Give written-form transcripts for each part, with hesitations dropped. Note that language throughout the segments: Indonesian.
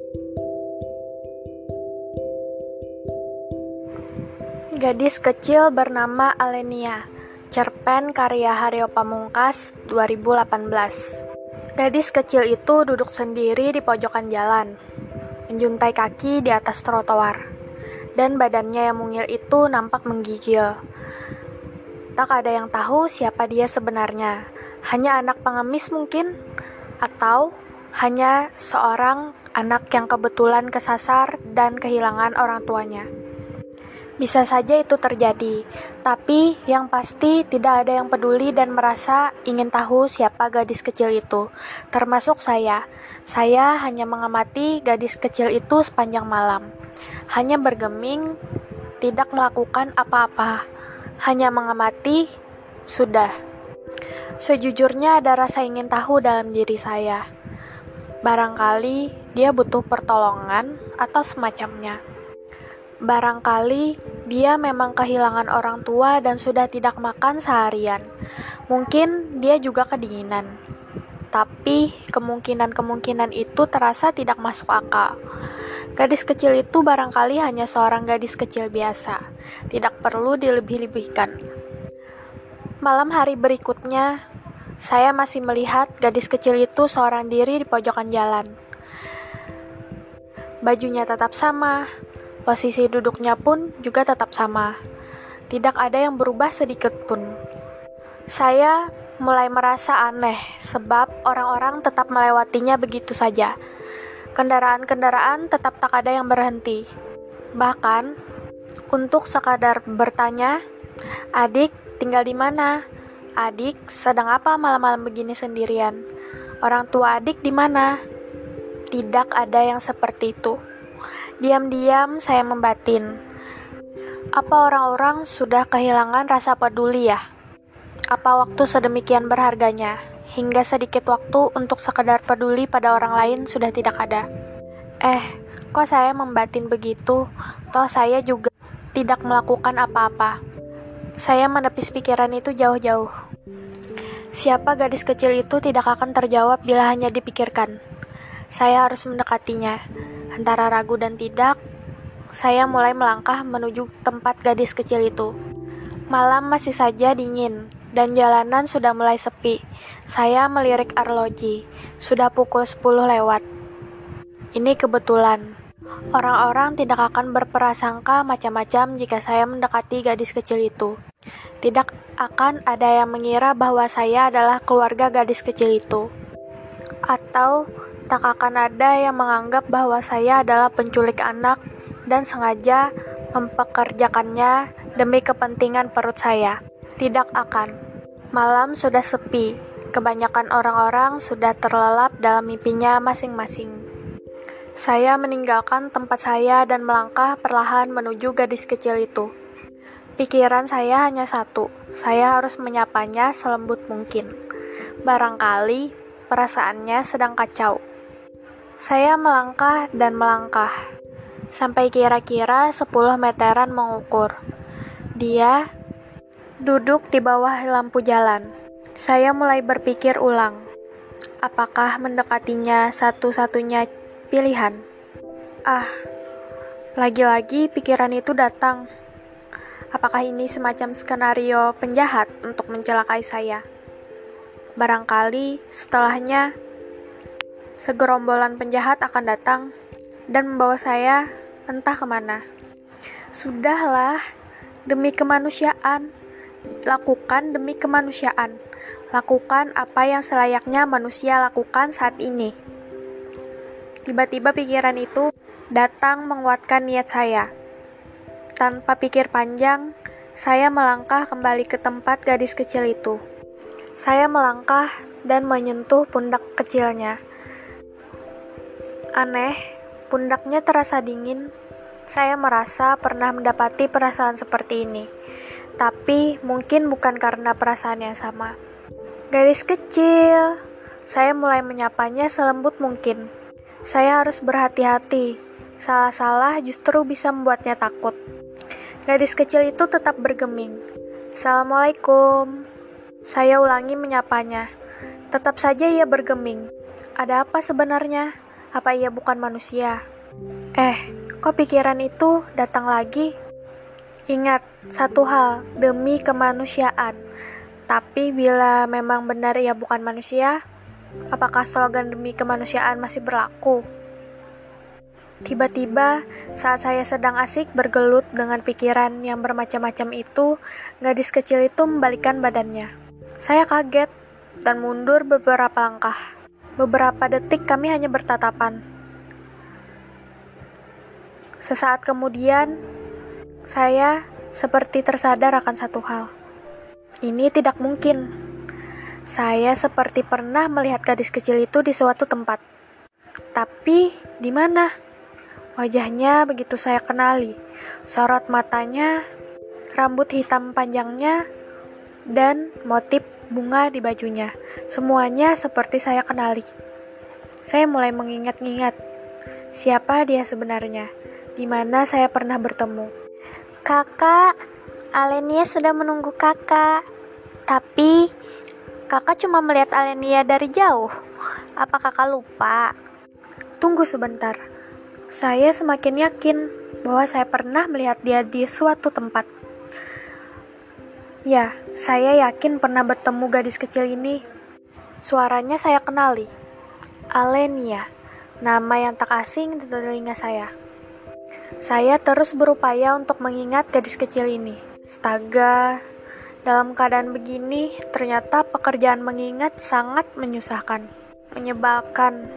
Gadis kecil bernama Alenia, cerpen karya Haryo Pamungkas 2018. Gadis kecil itu duduk sendiri di pojokan jalan, menjuntai kaki di atas trotoar, dan badannya yang mungil itu nampak menggigil. Tak ada yang tahu siapa dia sebenarnya, hanya anak pengemis mungkin, atau hanya seorang anak yang kebetulan kesasar dan kehilangan orang tuanya. Bisa saja itu terjadi, tapi yang pasti tidak ada yang peduli dan merasa ingin tahu siapa gadis kecil itu, termasuk saya. Saya hanya mengamati gadis kecil itu sepanjang malam, hanya bergeming, tidak melakukan apa-apa, hanya mengamati, sudah. Sejujurnya ada rasa ingin tahu dalam diri saya. Barangkali dia butuh pertolongan atau semacamnya. Barangkali dia memang kehilangan orang tua dan sudah tidak makan seharian. Mungkin dia juga kedinginan. Tapi kemungkinan-kemungkinan itu terasa tidak masuk akal. Gadis kecil itu barangkali hanya seorang gadis kecil biasa. Tidak perlu dilebih-lebihkan. Malam hari berikutnya, saya masih melihat gadis kecil itu seorang diri di pojokan jalan. Bajunya tetap sama. Posisi duduknya pun juga tetap sama. Tidak ada yang berubah sedikit pun. Saya mulai merasa aneh sebab orang-orang tetap melewatinya begitu saja. Kendaraan-kendaraan tetap tak ada yang berhenti. Bahkan, untuk sekadar bertanya, "Adik, tinggal di mana? Adik, sedang apa malam-malam begini sendirian? Orang tua adik di mana?" Tidak ada yang seperti itu. Diam-diam saya membatin. Apa orang-orang sudah kehilangan rasa peduli ya? Apa waktu sedemikian berharganya, hingga sedikit waktu untuk sekadar peduli pada orang lain sudah tidak ada? Kok saya membatin begitu? Toh saya juga tidak melakukan apa-apa. Saya menepis pikiran itu jauh-jauh. Siapa gadis kecil itu tidak akan terjawab bila hanya dipikirkan. Saya harus mendekatinya. Antara ragu dan tidak, saya mulai melangkah menuju tempat gadis kecil itu. Malam masih saja dingin, dan jalanan sudah mulai sepi. Saya melirik arloji, sudah pukul 10 lewat. Ini kebetulan. Orang-orang tidak akan berprasangka macam-macam jika saya mendekati gadis kecil itu. Tidak akan ada yang mengira bahwa saya adalah keluarga gadis kecil itu. Atau tak akan ada yang menganggap bahwa saya adalah penculik anak dan sengaja mempekerjakannya demi kepentingan perut saya. Tidak akan. Malam sudah sepi. Kebanyakan orang-orang sudah terlelap dalam mimpinya masing-masing. Saya meninggalkan tempat saya dan melangkah perlahan menuju gadis kecil itu. Pikiran saya hanya satu. Saya harus menyapanya selembut mungkin. Barangkali perasaannya sedang kacau. Saya melangkah dan melangkah, sampai kira-kira 10 meteran mengukur. Dia duduk di bawah lampu jalan. Saya mulai berpikir ulang. Apakah mendekatinya satu-satunya pilihan? Lagi-lagi pikiran itu datang. Apakah ini semacam skenario penjahat untuk mencelakai saya? Barangkali setelahnya segerombolan penjahat akan datang dan membawa saya entah kemana. Sudahlah, demi kemanusiaan. Lakukan demi kemanusiaan. Lakukan apa yang selayaknya manusia lakukan saat ini. Tiba-tiba pikiran itu datang menguatkan niat saya. Tanpa pikir panjang, saya melangkah kembali ke tempat gadis kecil itu. Saya melangkah dan menyentuh pundak kecilnya. Aneh, pundaknya terasa dingin. Saya merasa pernah mendapati perasaan seperti ini. Tapi mungkin bukan karena perasaan yang sama. Gadis kecil. Saya mulai menyapanya selembut mungkin. Saya harus berhati-hati. Salah-salah justru bisa membuatnya takut. Gadis kecil itu tetap bergeming. "Assalamualaikum." Saya ulangi menyapanya. Tetap saja ia bergeming. Ada apa sebenarnya? Apa ia bukan manusia? Kok pikiran itu datang lagi? Ingat, satu hal, demi kemanusiaan. Tapi bila memang benar ia bukan manusia, apakah slogan demi kemanusiaan masih berlaku? Tiba-tiba, saat saya sedang asik bergelut dengan pikiran yang bermacam-macam itu, gadis kecil itu membalikkan badannya. Saya kaget dan mundur beberapa langkah. Beberapa detik kami hanya bertatapan. Sesaat kemudian, saya seperti tersadar akan satu hal. Ini tidak mungkin. Saya seperti pernah melihat gadis kecil itu di suatu tempat. Tapi, di mana? Wajahnya begitu saya kenali. Sorot matanya, rambut hitam panjangnya, dan motif bunga di bajunya. Semuanya seperti saya kenali. Saya mulai mengingat-ingat. Siapa dia sebenarnya? Di mana saya pernah bertemu? Kakak, Alenia sudah menunggu kakak. Tapi, kakak cuma melihat Alenia dari jauh. Apa kakak lupa? Tunggu sebentar. Saya semakin yakin bahwa saya pernah melihat dia di suatu tempat. Ya, saya yakin pernah bertemu gadis kecil ini. Suaranya saya kenali. Alenia, nama yang tak asing di telinga saya. Saya terus berupaya untuk mengingat gadis kecil ini. Astaga, dalam keadaan begini, ternyata pekerjaan mengingat sangat menyusahkan, menyebalkan.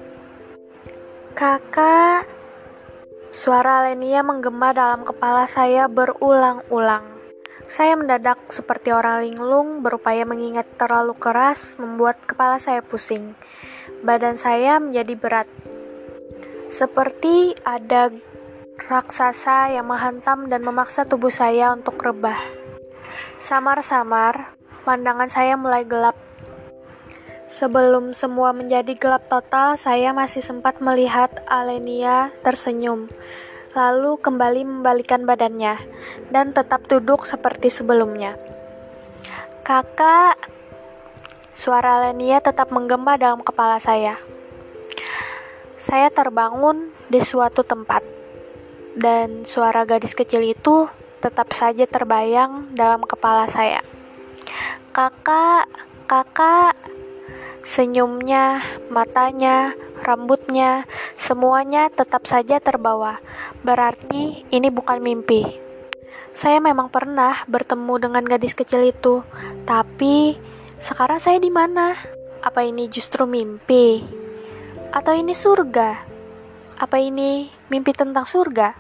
Kakak, Suara Alenia menggema dalam kepala saya berulang-ulang. Saya mendadak seperti orang linglung, berupaya mengingat terlalu keras, membuat kepala saya pusing. Badan saya menjadi berat. Seperti ada raksasa yang menghantam dan memaksa tubuh saya untuk rebah. Samar-samar, pandangan saya mulai gelap. Sebelum semua menjadi gelap total, saya masih sempat melihat Alenia tersenyum, lalu kembali membalikkan badannya, dan tetap duduk seperti sebelumnya. kakak, Suara Alenia tetap menggema dalam kepala saya. Saya terbangun di suatu tempat, dan suara gadis kecil itu tetap saja terbayang dalam kepala saya. kakak, kakak. Senyumnya, matanya, rambutnya, semuanya tetap saja terbawa. Berarti ini bukan mimpi. Saya memang pernah bertemu dengan gadis kecil itu, tapi sekarang saya di mana? Apa ini justru mimpi? Atau ini surga? Apa ini mimpi tentang surga?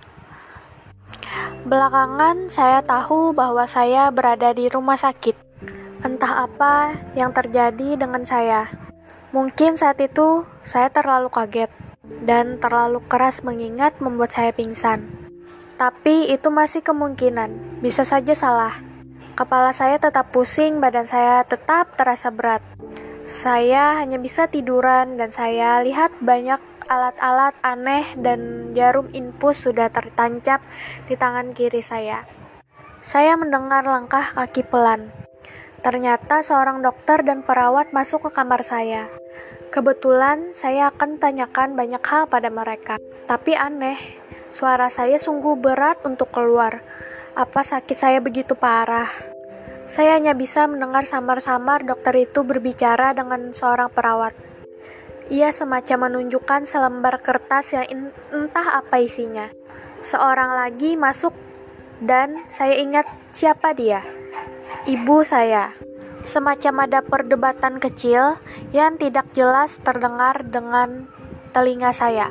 Belakangan saya tahu bahwa saya berada di rumah sakit. Entah apa yang terjadi dengan saya. Mungkin saat itu saya terlalu kaget dan terlalu keras mengingat membuat saya pingsan. Tapi itu masih kemungkinan, bisa saja salah. Kepala saya tetap pusing, badan saya tetap terasa berat. Saya hanya bisa tiduran dan saya lihat banyak alat-alat aneh dan jarum infus sudah tertancap di tangan kiri saya. Saya mendengar langkah kaki pelan. Ternyata seorang dokter dan perawat masuk ke kamar saya. Kebetulan saya akan tanyakan banyak hal pada mereka. Tapi aneh, suara saya sungguh berat untuk keluar. Apa sakit saya begitu parah? Saya hanya bisa mendengar samar-samar dokter itu berbicara dengan seorang perawat. Ia semacam menunjukkan selembar kertas yang entah apa isinya. Seorang lagi masuk dan saya ingat siapa dia. Ibu saya. Semacam ada perdebatan kecil yang tidak jelas terdengar dengan telinga saya.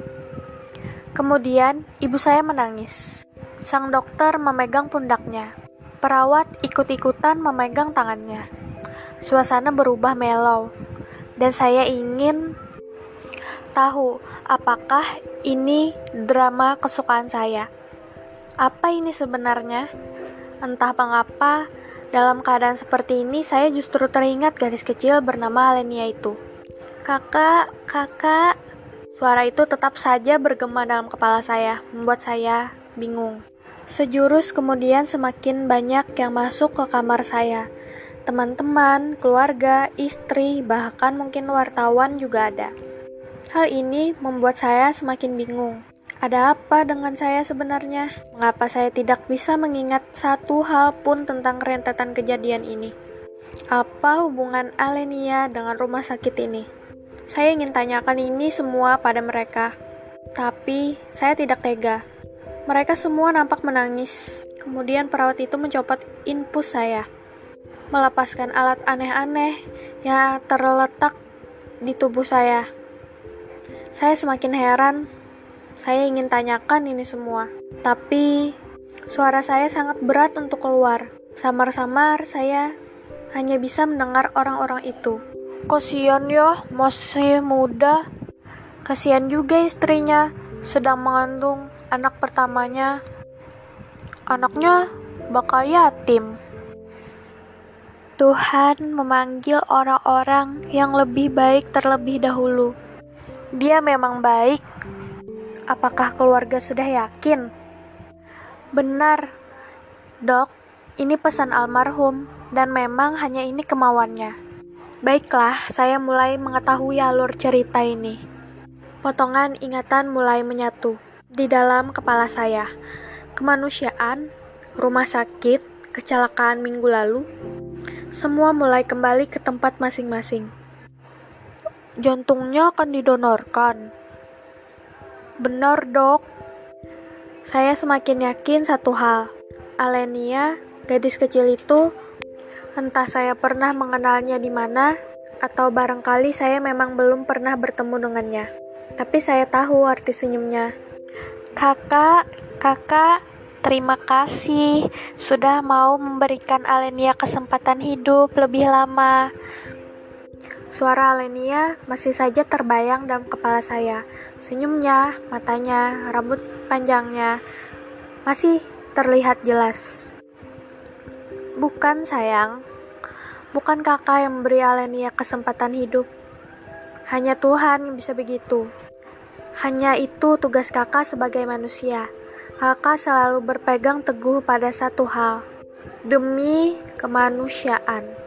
Kemudian ibu saya menangis. Sang dokter memegang pundaknya. Perawat ikut-ikutan memegang tangannya. Suasana berubah melau. Dan saya ingin tahu apakah ini drama kesukaan saya. Apa ini sebenarnya? Entah mengapa, dalam keadaan seperti ini saya justru teringat gadis kecil bernama Alenia itu. Kakak, kakak. Suara itu tetap saja bergema dalam kepala saya, membuat saya bingung. Sejurus kemudian semakin banyak yang masuk ke kamar saya. Teman-teman, keluarga, istri, bahkan mungkin wartawan juga ada. Hal ini membuat saya semakin bingung. Ada apa dengan saya sebenarnya? Mengapa saya tidak bisa mengingat satu hal pun tentang rentetan kejadian ini? Apa hubungan Alenia dengan rumah sakit ini? Saya ingin tanyakan ini semua pada mereka, tapi saya tidak tega. Mereka semua nampak menangis. Kemudian perawat itu mencopot infus saya, melepaskan alat aneh-aneh yang terletak di tubuh saya. Saya semakin heran. Saya ingin tanyakan ini semua, tapi suara saya sangat berat untuk keluar. Samar-samar saya hanya bisa mendengar orang-orang itu. Kasihan ya, masih muda. Kasihan juga istrinya, sedang mengandung anak pertamanya. Anaknya bakal yatim. Tuhan memanggil orang-orang yang lebih baik terlebih dahulu. Dia memang baik. Apakah keluarga sudah yakin? Benar, Dok. Ini pesan almarhum, dan memang hanya ini kemauannya. Baiklah, saya mulai mengetahui alur cerita ini. Potongan ingatan mulai menyatu di dalam kepala saya. Kemanusiaan, rumah sakit, kecelakaan minggu lalu, semua mulai kembali ke tempat masing-masing. Jantungnya akan didonorkan. Benar, Dok. Saya semakin yakin satu hal. Alenia, gadis kecil itu, entah saya pernah mengenalnya di mana, atau barangkali saya memang belum pernah bertemu dengannya. Tapi saya tahu arti senyumnya. Kakak, terima kasih sudah mau memberikan Alenia kesempatan hidup lebih lama. Suara Alenia masih saja terbayang dalam kepala saya. Senyumnya, matanya, rambut panjangnya masih terlihat jelas. Bukan sayang, bukan kakak yang memberi Alenia kesempatan hidup. Hanya Tuhan yang bisa begitu. Hanya itu tugas kakak sebagai manusia. Kakak selalu berpegang teguh pada satu hal, demi kemanusiaan.